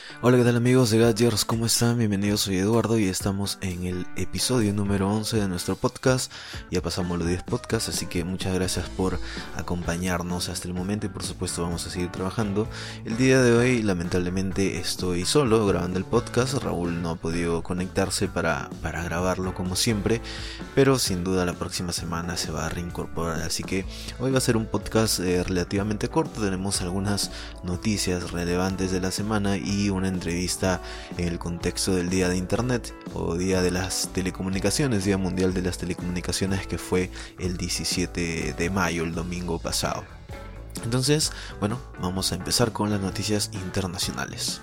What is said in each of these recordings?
Hola, ¿qué tal amigos de Gadgers? ¿Cómo están? Bienvenidos, soy Eduardo y estamos en el episodio número 11 de nuestro podcast. Ya pasamos los 10 podcasts, así que muchas gracias por acompañarnos hasta el momento y por supuesto vamos a seguir trabajando. El día de hoy lamentablemente estoy solo grabando el podcast. Raúl no ha podido conectarse para grabarlo como siempre, pero sin duda la próxima semana se va a reincorporar, así que hoy va a ser un podcast relativamente corto. Tenemos algunas noticias relevantes de la semana y una entrevista en el contexto del Día de Internet o Día de las Telecomunicaciones, Día Mundial de las Telecomunicaciones, que fue el 17 de mayo, el domingo pasado. Entonces, bueno, vamos a empezar con las noticias internacionales.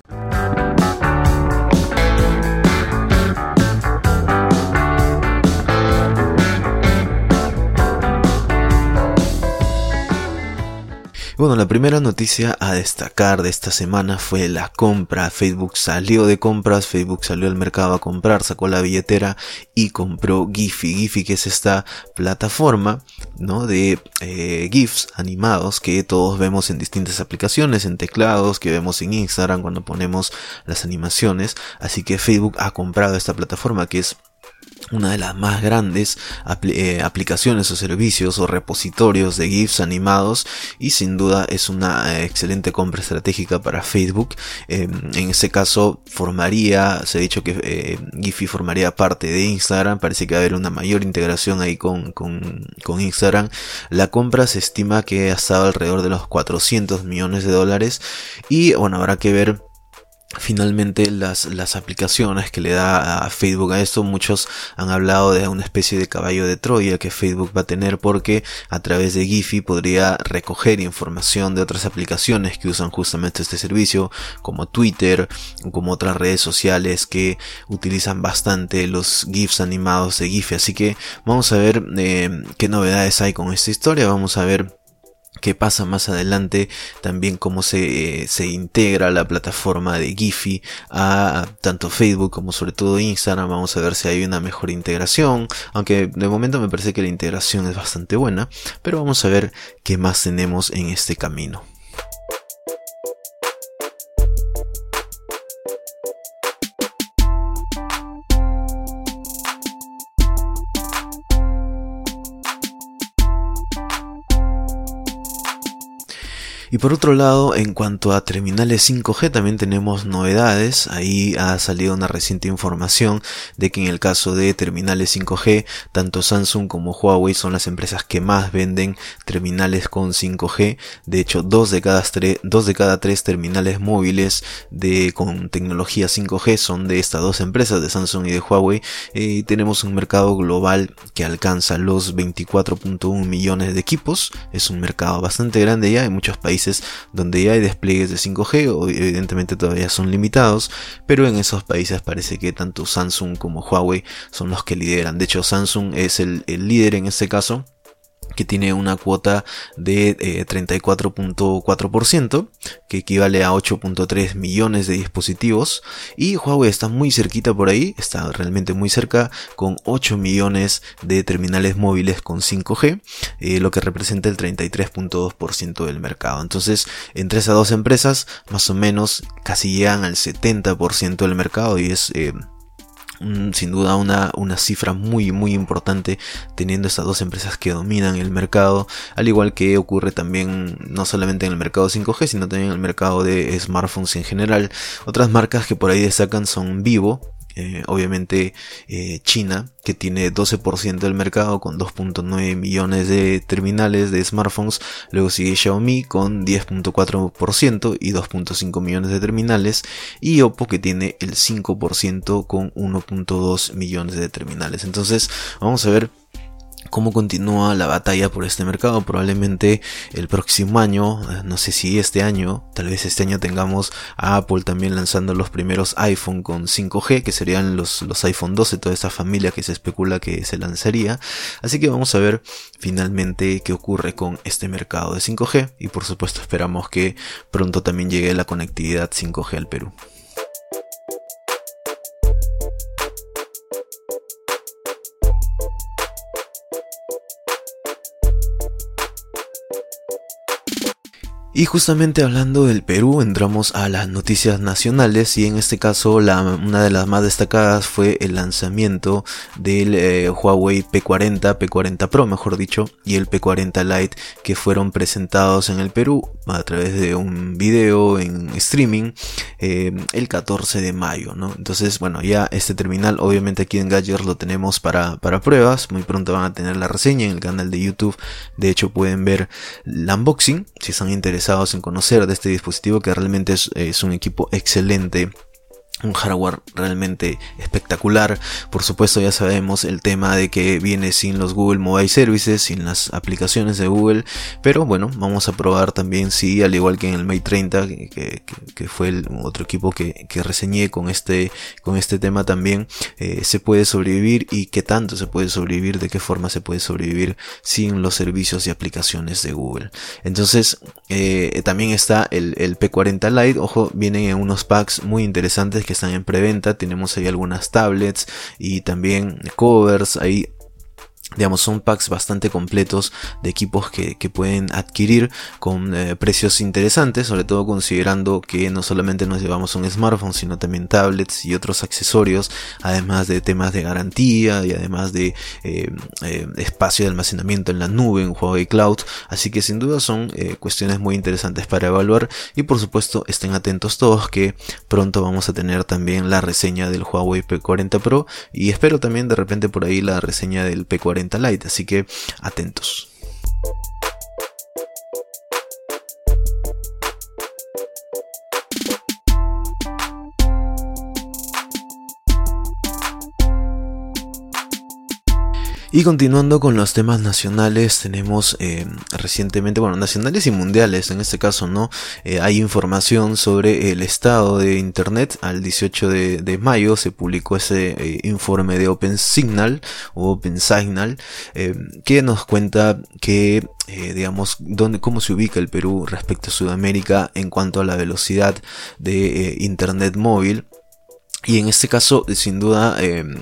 Bueno, la primera noticia a destacar de esta semana fue la compra. Facebook salió de compras, Facebook salió al mercado a comprar, sacó la billetera y compró Giphy. Giphy, que es esta plataforma, ¿no?, de GIFs animados que todos vemos en distintas aplicaciones, en teclados, que vemos en Instagram cuando ponemos las animaciones. Así que Facebook ha comprado esta plataforma, que es una de las más grandes aplicaciones o servicios o repositorios de GIFs animados, y sin duda es una excelente compra estratégica para Facebook. En este caso se ha dicho que Giphy formaría parte de Instagram. Parece que va a haber una mayor integración ahí con Instagram. La compra se estima que ha estado alrededor de los $400 millones, y bueno, habrá que ver finalmente las aplicaciones que le da a Facebook a esto. Muchos han hablado de una especie de caballo de Troya que Facebook va a tener, porque a través de Giphy podría recoger información de otras aplicaciones que usan justamente este servicio, como Twitter o como otras redes sociales que utilizan bastante los GIFs animados de Giphy. Así que vamos a ver qué novedades hay con esta historia. Vamos a ver qué pasa más adelante, también cómo se integra la plataforma de Giphy a tanto Facebook como sobre todo Instagram. Vamos a ver si hay una mejor integración, aunque de momento me parece que la integración es bastante buena, pero vamos a ver qué más tenemos en este camino. Y por otro lado, en cuanto a terminales 5G, también tenemos novedades. Ahí ha salido una reciente información de que en el caso de terminales 5G, tanto Samsung como Huawei son las empresas que más venden terminales con 5G. De hecho, 2 de cada 3 terminales móviles con tecnología 5G son de estas dos empresas, de Samsung y de Huawei. Tenemos un mercado global que alcanza los 24.1 millones de equipos. Es un mercado bastante grande ya. Hay muchos países donde ya hay despliegues de 5G, evidentemente todavía son limitados, pero en esos países parece que tanto Samsung como Huawei son los que lideran. De hecho, Samsung es el líder en este caso, que tiene una cuota de 34.4%, que equivale a 8.3 millones de dispositivos, y Huawei está muy cerquita por ahí, está realmente muy cerca, con 8 millones de terminales móviles con 5G, lo que representa el 33.2% del mercado. Entonces, entre esas dos empresas, más o menos casi llegan al 70% del mercado, y es sin duda una cifra muy muy importante, teniendo estas dos empresas que dominan el mercado, al igual que ocurre también no solamente en el mercado 5G, sino también en el mercado de smartphones en general. Otras marcas que por ahí destacan son Vivo, obviamente China, que tiene 12% del mercado con 2.9 millones de terminales de smartphones. Luego sigue Xiaomi con 10.4% y 2.5 millones de terminales, y Oppo, que tiene el 5% con 1.2 millones de terminales. Entonces vamos a ver cómo continúa la batalla por este mercado. Probablemente el próximo año, no sé si este año, tal vez este año tengamos a Apple también lanzando los primeros iPhone con 5G, que serían los iPhone 12, toda esta familia que se especula que se lanzaría. Así que vamos a ver finalmente qué ocurre con este mercado de 5G, y por supuesto esperamos que pronto también llegue la conectividad 5G al Perú. Y justamente hablando del Perú, entramos a las noticias nacionales y en este caso una de las más destacadas fue el lanzamiento del Huawei P40 Pro, mejor dicho, y el P40 Lite, que fueron presentados en el Perú a través de un video en streaming el 14 de mayo, ¿no? Entonces, bueno, ya este terminal obviamente aquí en Gadgets lo tenemos para pruebas. Muy pronto van a tener la reseña en el canal de YouTube. De hecho, pueden ver el unboxing si están interesados en conocer de este dispositivo, que realmente es un equipo excelente, un hardware realmente espectacular. Por supuesto, ya sabemos el tema de que viene sin los Google Mobile Services, sin las aplicaciones de Google, pero bueno, vamos a probar también si, al igual que en el Mate 30, que fue el otro equipo que reseñé con este tema también, se puede sobrevivir, y qué tanto se puede sobrevivir, de qué forma se puede sobrevivir sin los servicios y aplicaciones de Google. Entonces, también está el P40 Lite. Ojo, vienen en unos packs muy interesantes que están en preventa. Tenemos ahí algunas tablets y también covers ahí. Digamos, son packs bastante completos de equipos que pueden adquirir con precios interesantes, sobre todo considerando que no solamente nos llevamos un smartphone, sino también tablets y otros accesorios, además de temas de garantía y además de espacio de almacenamiento en la nube, en Huawei Cloud. Así que sin duda son cuestiones muy interesantes para evaluar, y por supuesto estén atentos todos, que pronto vamos a tener también la reseña del Huawei P40 Pro, y espero también de repente por ahí la reseña del P40 Lite, así que atentos. Y continuando con los temas nacionales, tenemos recientemente, bueno, nacionales y mundiales en este caso, ¿no? Hay información sobre el estado de Internet. Al 18 de mayo se publicó ese informe de OpenSignal o OpenSignal, que nos cuenta que digamos, cómo se ubica el Perú respecto a Sudamérica en cuanto a la velocidad de Internet móvil. Y en este caso, sin duda,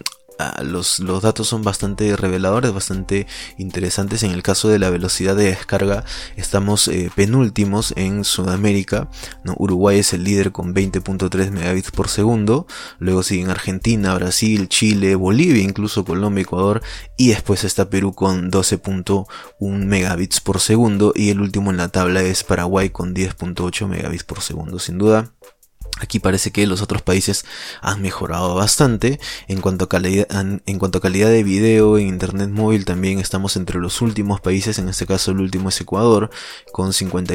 los datos son bastante reveladores, bastante interesantes. En el caso de la velocidad de descarga, estamos penúltimos en Sudamérica, ¿no? Uruguay es el líder con 20.3 megabits por segundo, luego siguen Argentina, Brasil, Chile, Bolivia, incluso Colombia, Ecuador, y después está Perú con 12.1 megabits por segundo, y el último en la tabla es Paraguay con 10.8 megabits por segundo. Sin duda, aquí parece que los otros países han mejorado bastante. En cuanto a calidad de video en internet móvil, también estamos entre los últimos países. En este caso el último es Ecuador, con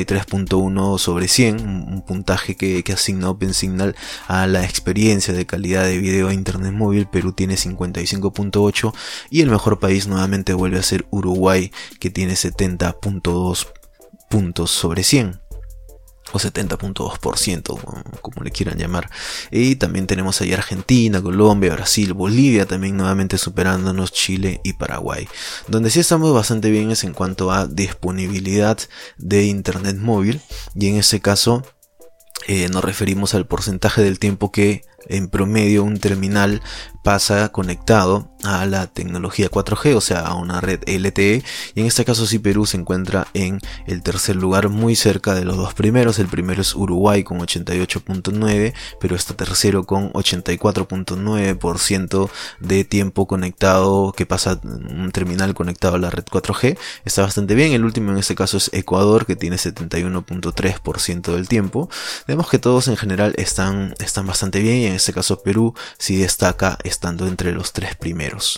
53.1 sobre 100, un puntaje que asigna OpenSignal a la experiencia de calidad de video en internet móvil. Perú tiene 55.8 y el mejor país nuevamente vuelve a ser Uruguay, que tiene 70.2 puntos sobre 100. O 70.2%, como le quieran llamar. Y también tenemos ahí Argentina, Colombia, Brasil, Bolivia también nuevamente superándonos, Chile y Paraguay. Donde sí estamos bastante bien es en cuanto a disponibilidad de internet móvil, y en ese caso nos referimos al porcentaje del tiempo que en promedio un terminal pasa conectado a la tecnología 4G, o sea, a una red LTE, y en este caso sí, Perú se encuentra en el tercer lugar, muy cerca de los dos primeros. El primero es Uruguay con 88.9, pero está tercero con 84.9% de tiempo conectado que pasa un terminal conectado a la red 4G. Está bastante bien. El último en este caso es Ecuador, que tiene 71.3% del tiempo. Vemos que todos en general están bastante bien, y en este caso Perú sí destaca estando entre los tres primeros.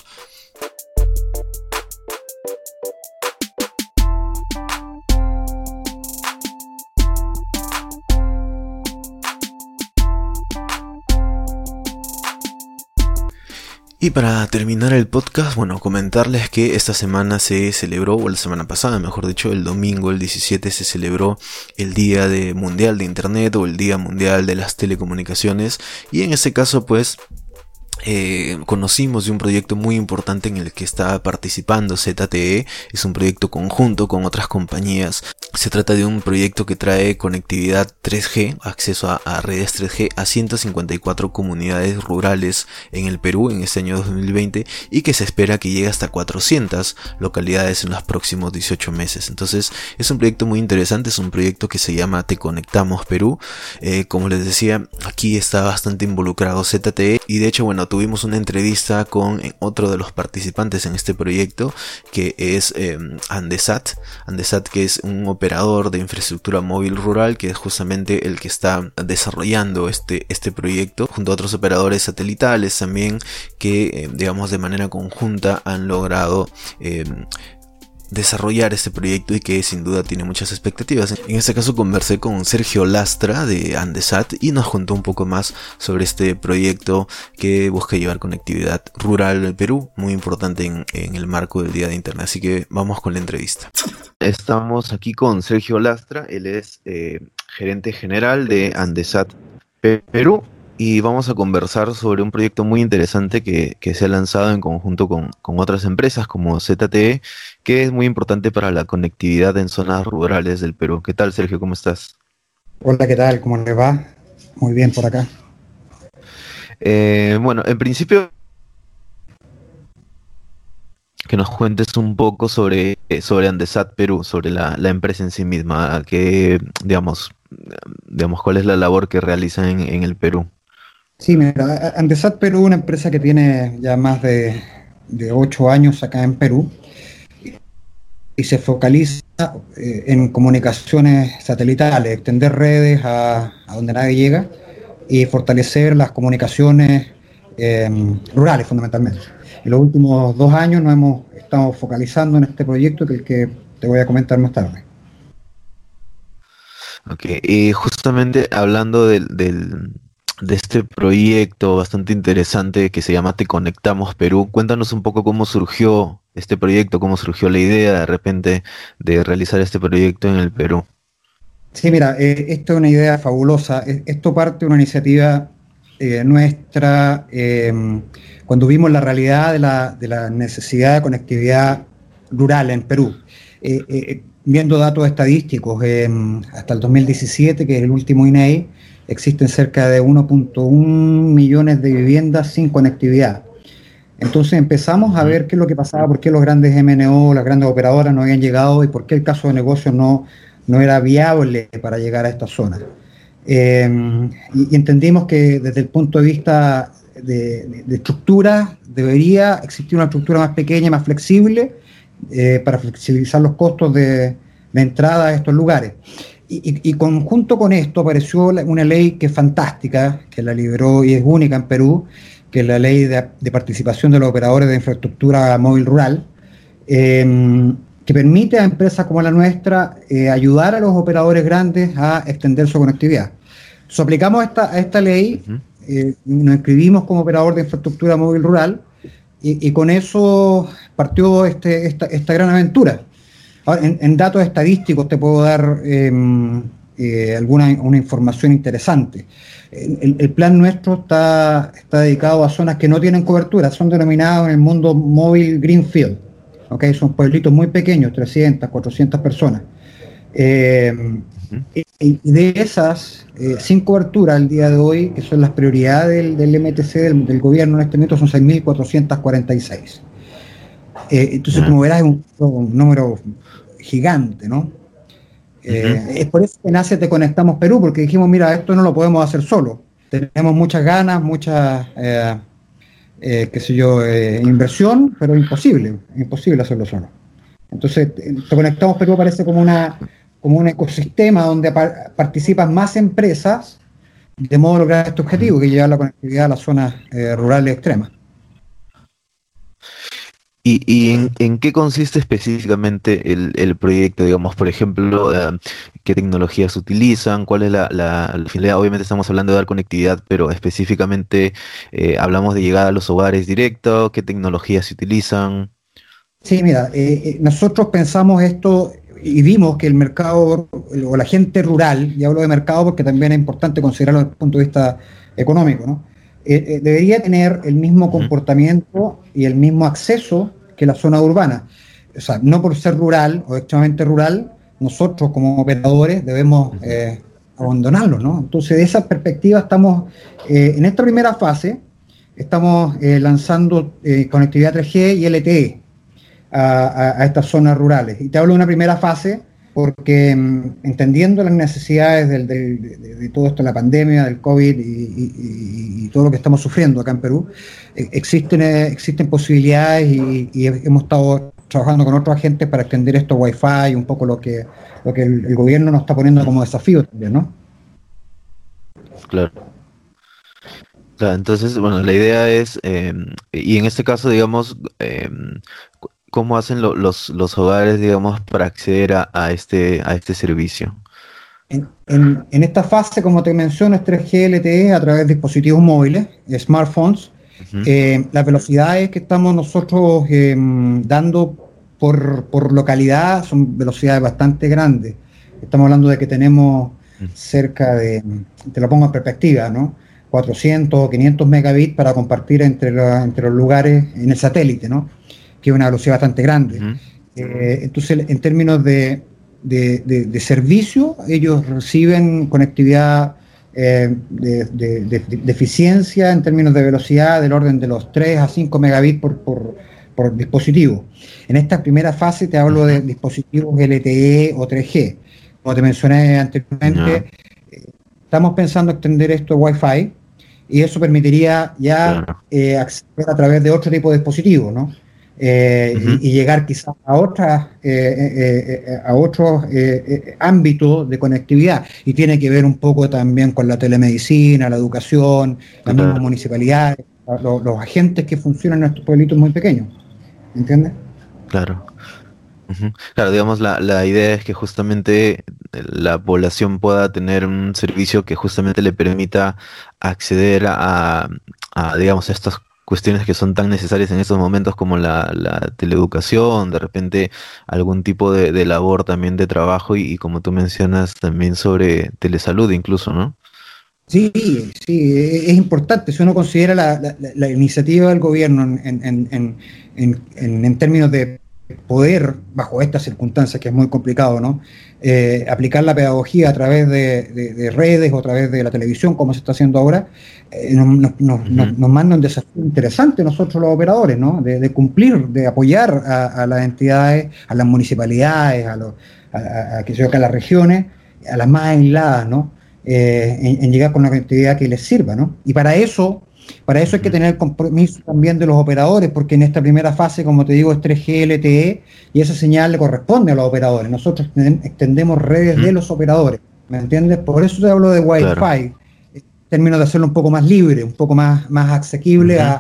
Y para terminar el podcast, bueno, comentarles que esta semana se celebró, o la semana pasada, mejor dicho, el domingo, el 17, se celebró el Día Mundial de Internet, o el Día Mundial de las Telecomunicaciones, y en ese caso, pues, conocimos de un proyecto muy importante en el que está participando ZTE. Es un proyecto conjunto con otras compañías Se trata de un proyecto que trae conectividad 3G, acceso a redes 3G a 154 comunidades rurales en el Perú en este año 2020 y que se espera que llegue hasta 400 localidades en los próximos 18 meses. Entonces es un proyecto muy interesante, es un proyecto que se llama Te Conectamos Perú. Como les decía, aquí está bastante involucrado ZTE y de hecho, bueno, tuvimos una entrevista con otro de los participantes en este proyecto que es Andesat, que es un operador de infraestructura móvil rural, que es justamente el que está desarrollando este proyecto junto a otros operadores satelitales también que digamos de manera conjunta han logrado desarrollar este proyecto y que sin duda tiene muchas expectativas. En este caso conversé con Sergio Lastra de Andesat y nos contó un poco más sobre este proyecto que busca llevar conectividad rural al Perú, muy importante en el marco del Día de Internet. Así que vamos con la entrevista. Estamos aquí con Sergio Lastra, él es gerente general de Andesat Perú. Y vamos a conversar sobre un proyecto muy interesante que se ha lanzado en conjunto con otras empresas como ZTE, que es muy importante para la conectividad en zonas rurales del Perú. ¿Qué tal, Sergio? ¿Cómo estás? Hola, ¿qué tal? ¿Cómo les va? Muy bien por acá. Bueno, en principio, que nos cuentes un poco sobre Andesat Perú, sobre la empresa en sí misma, que, digamos, cuál es la labor que realizan en el Perú. Sí, mira, Andesat Perú es una empresa que tiene ya más de 8 años acá en Perú y se focaliza en comunicaciones satelitales, extender redes a donde nadie llega y fortalecer las comunicaciones rurales fundamentalmente. En los últimos 2 años nos hemos estado focalizando en este proyecto que es el que te voy a comentar más tarde. Ok, y justamente hablando de este proyecto bastante interesante que se llama Te Conectamos Perú, cuéntanos un poco cómo surgió este proyecto, cómo surgió la idea de repente de realizar este proyecto en el Perú. Sí, mira, esto es una idea fabulosa. Esto parte de una iniciativa nuestra cuando vimos la realidad de la necesidad de conectividad rural en Perú. Viendo datos estadísticos, hasta el 2017, que es el último INEI, existen cerca de 1.1 millones de viviendas sin conectividad. Entonces empezamos a ver qué es lo que pasaba, por qué los grandes MNO, las grandes operadoras no habían llegado y por qué el caso de negocio no era viable para llegar a esta zona. Y entendimos que desde el punto de vista de estructura debería existir una estructura más pequeña, más flexible, para flexibilizar los costos de entrada a estos lugares. Y conjunto con esto apareció una ley que es fantástica, que la liberó y es única en Perú, que es la ley de participación de los operadores de infraestructura móvil rural, que permite a empresas como la nuestra ayudar a los operadores grandes a extender su conectividad. Entonces aplicamos a esta ley, nos inscribimos como operador de infraestructura móvil rural y con eso partió esta gran aventura. Ahora, en datos estadísticos te puedo dar una información interesante. El plan nuestro está dedicado a zonas que no tienen cobertura, son denominados en el mundo móvil Greenfield. ¿Okay? Son pueblitos muy pequeños, 300, 400 personas. Y de esas, sin cobertura al día de hoy, que son las prioridades del MTC, del gobierno en este momento, son 6.446. Entonces, como verás, es un número gigante, ¿no? Es por eso que nace Te Conectamos Perú, porque dijimos, mira, esto no lo podemos hacer solo. Tenemos muchas ganas, mucha, inversión, pero imposible hacerlo solo. Entonces, Te Conectamos Perú parece como un ecosistema donde participan más empresas, de modo a lograr este objetivo, que es llevar la conectividad a las zonas rurales extremas. ¿Y en qué consiste específicamente el proyecto? Digamos, por ejemplo, ¿qué tecnologías se utilizan? ¿Cuál es la finalidad? Obviamente estamos hablando de dar conectividad, pero específicamente hablamos de llegar a los hogares directos. ¿Qué tecnologías se utilizan? Sí, mira, nosotros pensamos esto y vimos que el mercado o la gente rural, y hablo de mercado porque también es importante considerarlo desde el punto de vista económico, ¿no? Debería tener el mismo comportamiento y el mismo acceso que la zona urbana. O sea, no por ser rural o extremadamente rural, nosotros como operadores debemos abandonarlo, ¿no? Entonces, de esa perspectiva estamos, en esta primera fase, estamos lanzando conectividad 3G y LTE a estas zonas rurales. Y te hablo de una primera fase porque entendiendo las necesidades de todo esto, la pandemia, del COVID y todo lo que estamos sufriendo acá en Perú, existen posibilidades y hemos estado trabajando con otros agentes para extender esto a Wi-Fi y un poco lo que el gobierno nos está poniendo como desafío también, ¿no? Claro. Claro, entonces, bueno, la idea es, y en este caso, digamos, ¿cómo hacen los hogares, digamos, para acceder a este servicio? En esta fase, como te menciono, es 3G LTE a través de dispositivos móviles, smartphones. Ujú, Las velocidades que estamos nosotros dando por localidad son velocidades bastante grandes. Estamos hablando de que tenemos cerca de, te lo pongo en perspectiva, ¿no? 400 o 500 megabits para compartir entre los lugares en el satélite, ¿no? Que es una velocidad bastante grande. ujú. Entonces, en términos de servicio, ellos reciben conectividad de eficiencia en términos de velocidad del orden de los 3 a 5 megabits por dispositivo. En esta primera fase te hablo de dispositivos LTE o 3G. Como te mencioné anteriormente, Ya, estamos pensando extender esto a Wi-Fi y eso permitiría ya claro. acceder a través de otro tipo de dispositivos, ¿no? Ujú, Y llegar quizás a otros ámbitos de conectividad. Y tiene que ver un poco también con la telemedicina, la educación, las mismas claro, municipalidades, los agentes que funcionan en estos pueblitos muy pequeños. ¿Entiendes? claro. Ujú. Claro, digamos, la idea es que justamente la población pueda tener un servicio que justamente le permita acceder digamos, a estas cuestiones que son tan necesarias en estos momentos como la teleeducación, de repente algún tipo de labor también de trabajo y como tú mencionas también sobre telesalud incluso, ¿no? Sí, sí, es importante. Si uno considera la iniciativa del gobierno en términos de poder, bajo estas circunstancias, que es muy complicado, ¿no? Aplicar la pedagogía a través de redes o a través de la televisión, como se está haciendo ahora, Ujú, nos manda un desafío interesante a nosotros los operadores, ¿no? De cumplir, de apoyar a las entidades, a las municipalidades, que sé yo, que a las regiones, a las más aisladas, ¿no? En llegar con una conectividad que les sirva, ¿no? Y para eso hay que ujú, tener el compromiso también de los operadores, porque en esta primera fase, como te digo, es 3G LTE y esa señal le corresponde a los operadores. Nosotros extendemos redes ujú. de los operadores, ¿me entiendes? Por eso te hablo de Claro. Wi-Fi, en términos de hacerlo un poco más libre, un poco más asequible Ujú.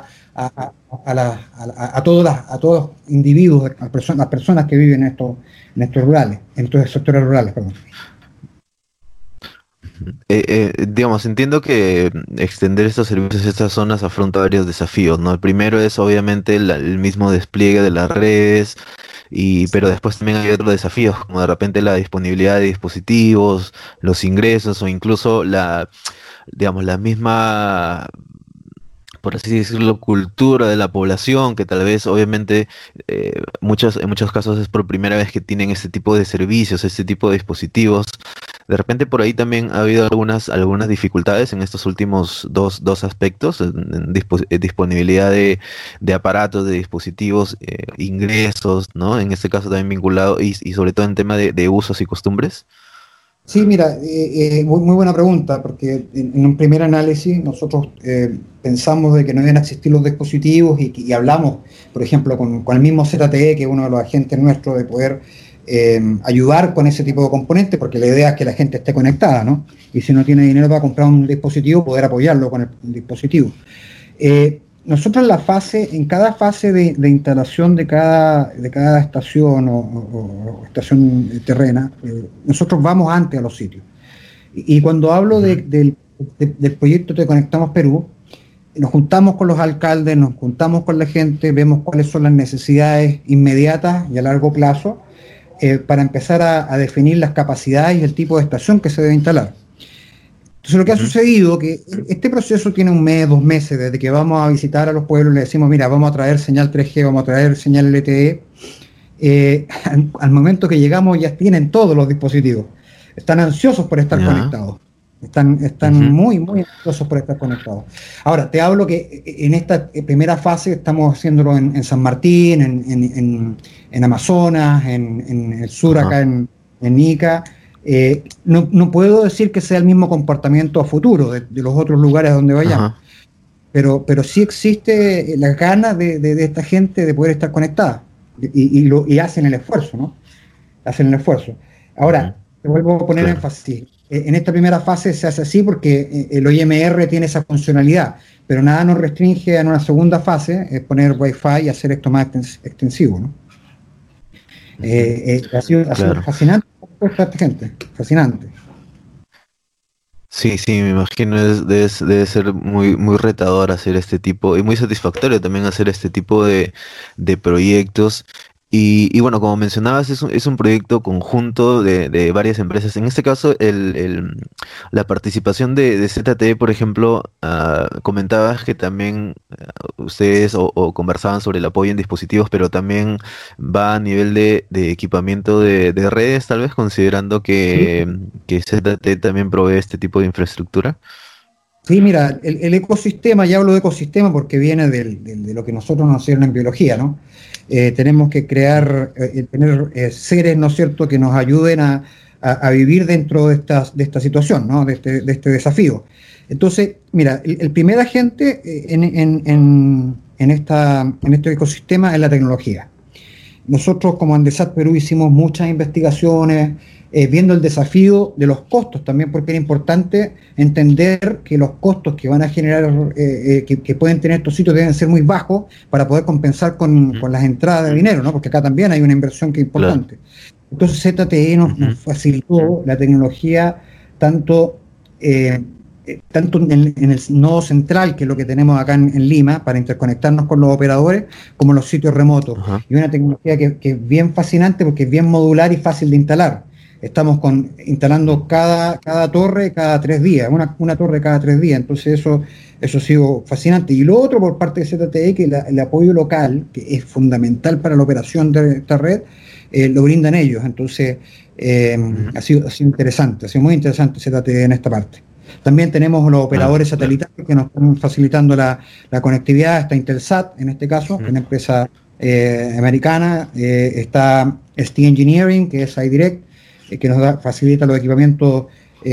a todos los individuos, las personas que viven en estos sectores rurales, perdón. Digamos, entiendo que extender estos servicios a estas zonas afronta varios desafíos, ¿no? El primero es obviamente el mismo despliegue de las redes, pero después también hay otros desafíos, como de repente la disponibilidad de dispositivos, los ingresos o incluso digamos, la misma, por así decirlo, cultura de la población, que tal vez obviamente en muchos casos es por primera vez que tienen este tipo de servicios, este tipo de dispositivos. De repente por ahí también ha habido algunas dificultades en estos últimos dos aspectos, en disponibilidad de aparatos, de dispositivos, ingresos, ¿no? En este caso también vinculado y sobre todo en tema de usos y costumbres. Sí, mira, muy buena pregunta, porque en un primer análisis nosotros pensamos de que no iban a existir los dispositivos y hablamos, por ejemplo, con el mismo ZTE, que es uno de los agentes nuestros, de poder ayudar con ese tipo de componentes, porque la idea es que la gente esté conectada, ¿no? Y si no tiene dinero para comprar un dispositivo, poder apoyarlo con el dispositivo. Nosotros en cada fase de instalación de cada estación o estación terrena, nosotros vamos antes a los sitios. Y cuando hablo Ujú, del proyecto Te Conectamos Perú, nos juntamos con los alcaldes, nos juntamos con la gente, vemos cuáles son las necesidades inmediatas y a largo plazo para empezar a definir las capacidades y el tipo de estación que se debe instalar. Entonces lo que ha ujú, sucedido es que este proceso tiene 1 mes, 2 meses, desde que vamos a visitar a los pueblos, le decimos, mira, vamos a traer señal 3G, vamos a traer señal LTE, al momento que llegamos ya tienen todos los dispositivos. Están ansiosos por estar conectados. Están muy, muy ansiosos por estar conectados. Ahora, te hablo que en esta primera fase estamos haciéndolo en San Martín, en Amazonas, en el sur, acá en Ica. No puedo decir que sea el mismo comportamiento a futuro de los otros lugares donde vayamos, pero sí existe la ganas de esta gente de poder estar conectada y hacen el esfuerzo, ¿no? Hacen el esfuerzo. Ahora, te vuelvo a poner énfasis. En esta primera fase se hace así porque el OIMR tiene esa funcionalidad, pero nada nos restringe en una segunda fase poner Wi-Fi y hacer esto más extensivo, ¿no? Ha sido fascinante esta gente, fascinante. Sí, me imagino debe ser muy, muy retador hacer este tipo, y muy satisfactorio también hacer este tipo de proyectos. Y bueno, como mencionabas, es un proyecto conjunto de varias empresas. En este caso, la participación de ZTE, por ejemplo, comentabas que también ustedes o conversaban sobre el apoyo en dispositivos, pero también va a nivel de equipamiento de redes, tal vez, considerando que ZTE también provee este tipo de infraestructura. Sí, mira, el ecosistema, ya hablo de ecosistema porque viene de lo que nosotros nos enseñan en biología, ¿no? Tenemos que tener seres, ¿no es cierto?, que nos ayuden a vivir dentro de esta situación, ¿no?, de este desafío. Entonces, mira, el primer agente en este ecosistema es la tecnología. Nosotros como Andesat Perú hicimos muchas investigaciones, viendo el desafío de los costos también, porque era importante entender que los costos que van a generar, que pueden tener estos sitios deben ser muy bajos para poder compensar con las entradas de dinero, ¿no? Porque acá también hay una inversión que es importante. Claro. Entonces ZTE nos facilitó la tecnología tanto en el nodo central, que es lo que tenemos acá en Lima, para interconectarnos con los operadores, como los sitios remotos. Y una tecnología que es bien fascinante porque es bien modular y fácil de instalar. Estamos instalando cada torre cada 3 días, una torre cada 3 días, entonces eso ha sido fascinante. Y lo otro por parte de ZTE, que el apoyo local, que es fundamental para la operación de esta red, lo brindan ellos. Entonces ha sido interesante, ha sido muy interesante ZTE en esta parte. También tenemos los operadores satelitales que nos están facilitando la conectividad. Está Intelsat, en este caso, una empresa americana. Está ST Engineering, que es iDirect, que nos facilita los equipamientos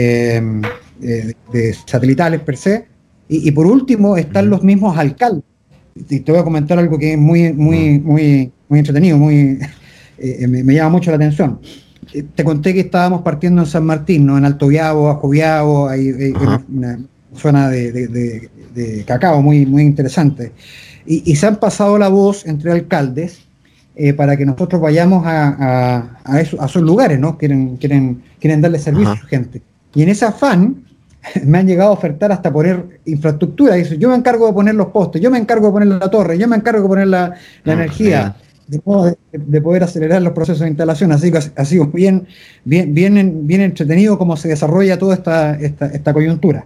de satelitales per se. Y por último están los mismos alcaldes. Y te voy a comentar algo que es muy entretenido, me llama mucho la atención. Te conté que estábamos partiendo en San Martín, ¿no? En Alto Biavo, Bajo Biavo, hay una zona de cacao muy interesante. Y se han pasado la voz entre alcaldes para que nosotros vayamos a esos lugares, ¿no? Quieren darle servicio a su gente. Y en ese afán me han llegado a ofertar hasta poner infraestructura. Dice, yo me encargo de poner los postes, yo me encargo de poner la torre, yo me encargo de poner la energía. De poder acelerar los procesos de instalación, así que ha sido bien entretenido cómo se desarrolla toda esta coyuntura.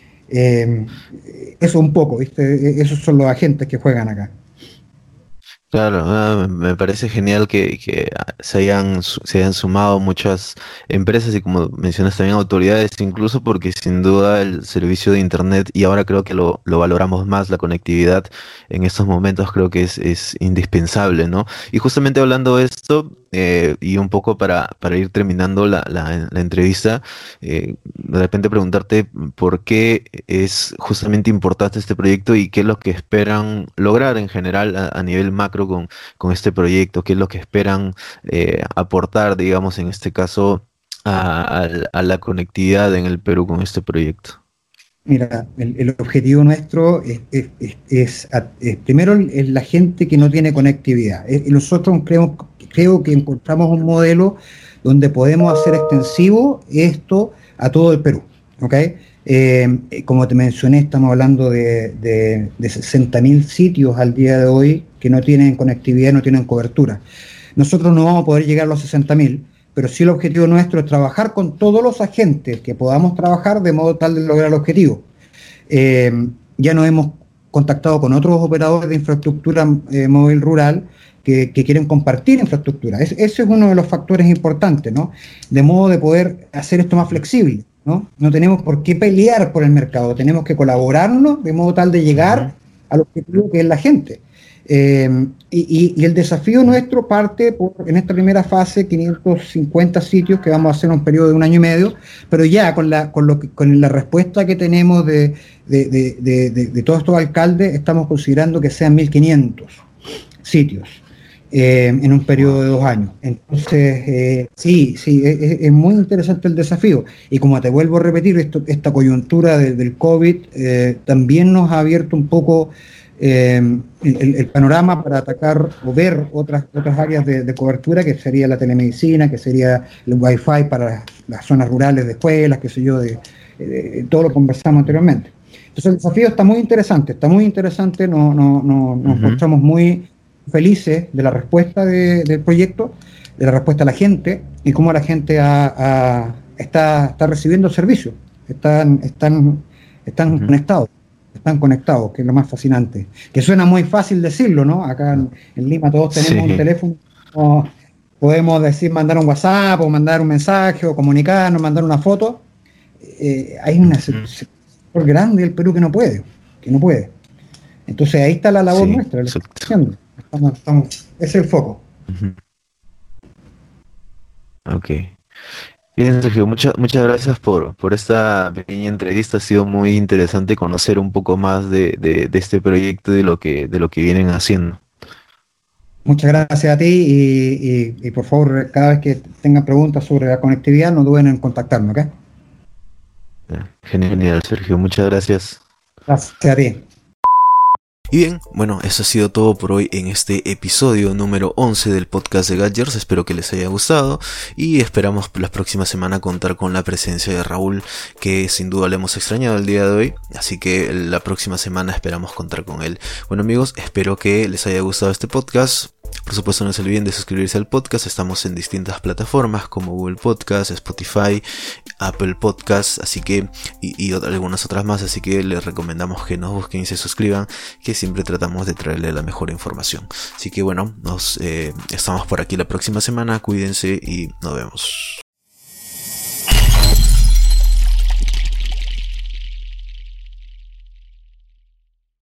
Eso un poco, ¿viste? Esos son los agentes que juegan acá. Claro, me parece genial que se hayan sumado muchas empresas y, como mencionas, también autoridades, incluso porque sin duda el servicio de internet, y ahora creo que lo valoramos más, la conectividad en estos momentos creo que es indispensable, ¿no? Y justamente hablando de esto, y un poco para ir terminando la entrevista, de repente preguntarte por qué es justamente importante este proyecto y qué es lo que esperan lograr en general a nivel macro con este proyecto, qué es lo que esperan aportar, digamos, en este caso, a la conectividad en el Perú con este proyecto. Mira, el objetivo nuestro es primero es la gente que no tiene conectividad. Nosotros creo que encontramos un modelo donde podemos hacer extensivo esto a todo el Perú, ¿ok? Como te mencioné, estamos hablando de 60.000 sitios al día de hoy que no tienen conectividad, no tienen cobertura. Nosotros no vamos a poder llegar a los 60.000, pero sí el objetivo nuestro es trabajar con todos los agentes que podamos trabajar de modo tal de lograr el objetivo. Ya nos hemos contactado con otros operadores de infraestructura móvil rural que quieren compartir infraestructura. Ese es uno de los factores importantes, ¿no? De modo de poder hacer esto más flexible, ¿no? No tenemos por qué pelear por el mercado, tenemos que colaborarnos de modo tal de llegar al objetivo que es la gente. Y el desafío nuestro parte por, en esta primera fase, 550 sitios que vamos a hacer en un periodo de 1 año y medio, pero ya con la respuesta que tenemos de todos estos alcaldes, estamos considerando que sean 1.500 sitios en un periodo de 2 años. Entonces, sí, es muy interesante el desafío. Y como te vuelvo a repetir, esta coyuntura del COVID también nos ha abierto un poco el panorama para atacar o ver otras áreas de cobertura, que sería la telemedicina, que sería el Wi-Fi para las zonas rurales de escuelas, qué sé yo, todo lo que conversamos anteriormente. Entonces el desafío está muy interesante, nos mostramos muy felices de la respuesta del proyecto, de la respuesta a la gente y cómo la gente está recibiendo el servicio, están conectados, que es lo más fascinante. Que suena muy fácil decirlo, ¿no? Acá en Lima todos tenemos un teléfono, podemos mandar un WhatsApp, o mandar un mensaje, o comunicarnos, mandar una foto. Hay una sector grande del Perú que no puede. Entonces ahí está la labor nuestra, ese es el foco. Ok. Bien, Sergio, muchas gracias por esta pequeña entrevista. Ha sido muy interesante conocer un poco más de este proyecto y de lo que vienen haciendo. Muchas gracias a ti y por favor, cada vez que tengan preguntas sobre la conectividad, no duden en contactarme, ¿ok? Genial, Sergio, muchas gracias. Gracias a ti. Y bien, bueno, eso ha sido todo por hoy en este episodio número 11 del podcast de Gadgers. Espero que les haya gustado y esperamos la próxima semana contar con la presencia de Raúl, que sin duda le hemos extrañado el día de hoy, así que la próxima semana esperamos contar con él. Bueno amigos, espero que les haya gustado este podcast. Por supuesto no se olviden de suscribirse al podcast, estamos en distintas plataformas como Google Podcast, Spotify, Apple Podcast, así que y algunas otras más, así que les recomendamos que nos busquen y se suscriban, que siempre tratamos de traerle la mejor información. Así que bueno, estamos por aquí la próxima semana, cuídense y nos vemos.